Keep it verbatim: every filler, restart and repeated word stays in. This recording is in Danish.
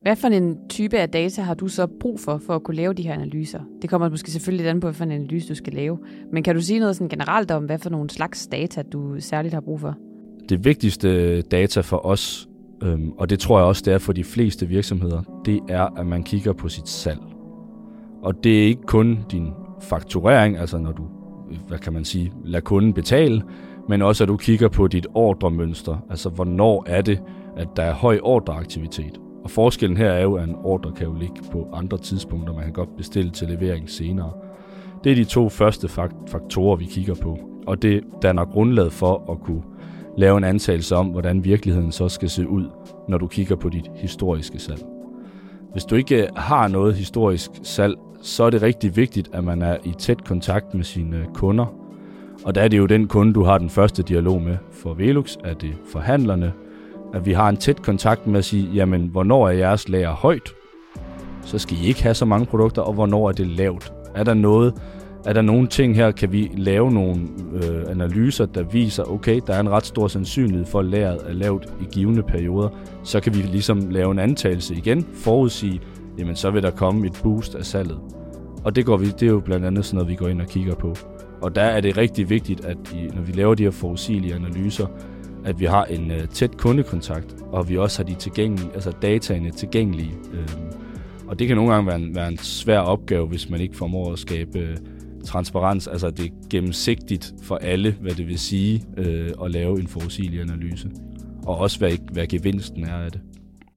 Hvad for en type af data har du så brug for, for at kunne lave de her analyser? Det kommer måske selvfølgelig lidt an på, hvad for en analyse du skal lave. Men kan du sige noget sådan generelt om, hvad for nogle slags data, du særligt har brug for? Det vigtigste data for os, øhm, og det tror jeg også, det er for de fleste virksomheder, det er, at man kigger på sit salg. Og det er ikke kun din fakturering, altså når du, hvad kan man sige, lader kunden betale, men også at du kigger på dit ordremønster, altså hvornår er det, at der er høj ordreaktivitet. Og forskellen her er jo, at en ordre kan jo ligge på andre tidspunkter, man kan godt bestille til levering senere. Det er de to første faktorer, vi kigger på, og det danner grundlaget for at kunne lave en antagelse om, hvordan virkeligheden så skal se ud, når du kigger på dit historiske salg. Hvis du ikke har noget historisk salg, så er det rigtig vigtigt, at man er i tæt kontakt med sine kunder. Og der er det jo den kunde, du har den første dialog med. For Velux er det forhandlerne, at vi har en tæt kontakt med at sige, jamen, hvornår er jeres lager højt? Så skal I ikke have så mange produkter, og hvornår er det lavt? Er der noget, er der nogle ting her, kan vi lave nogle øh, analyser, der viser, okay, der er en ret stor sandsynlighed for, at lageret er lavt i givne perioder. Så kan vi ligesom lave en antagelse igen, forudsige, jamen så vil der komme et boost af salget. Og det, går vi, det er jo blandt andet sådan noget, vi går ind og kigger på. Og der er det rigtig vigtigt, at I, når vi laver de her forudsigelige analyser, at vi har en uh, tæt kundekontakt, og vi også har de tilgængelige, altså dataene tilgængelige. Øhm, og det kan nogle gange være en, være en svær opgave, hvis man ikke formår at skabe uh, transparens, altså det er gennemsigtigt for alle, hvad det vil sige uh, at lave en forudsigelig analyse. Og også hvad, hvad gevinsten er af det.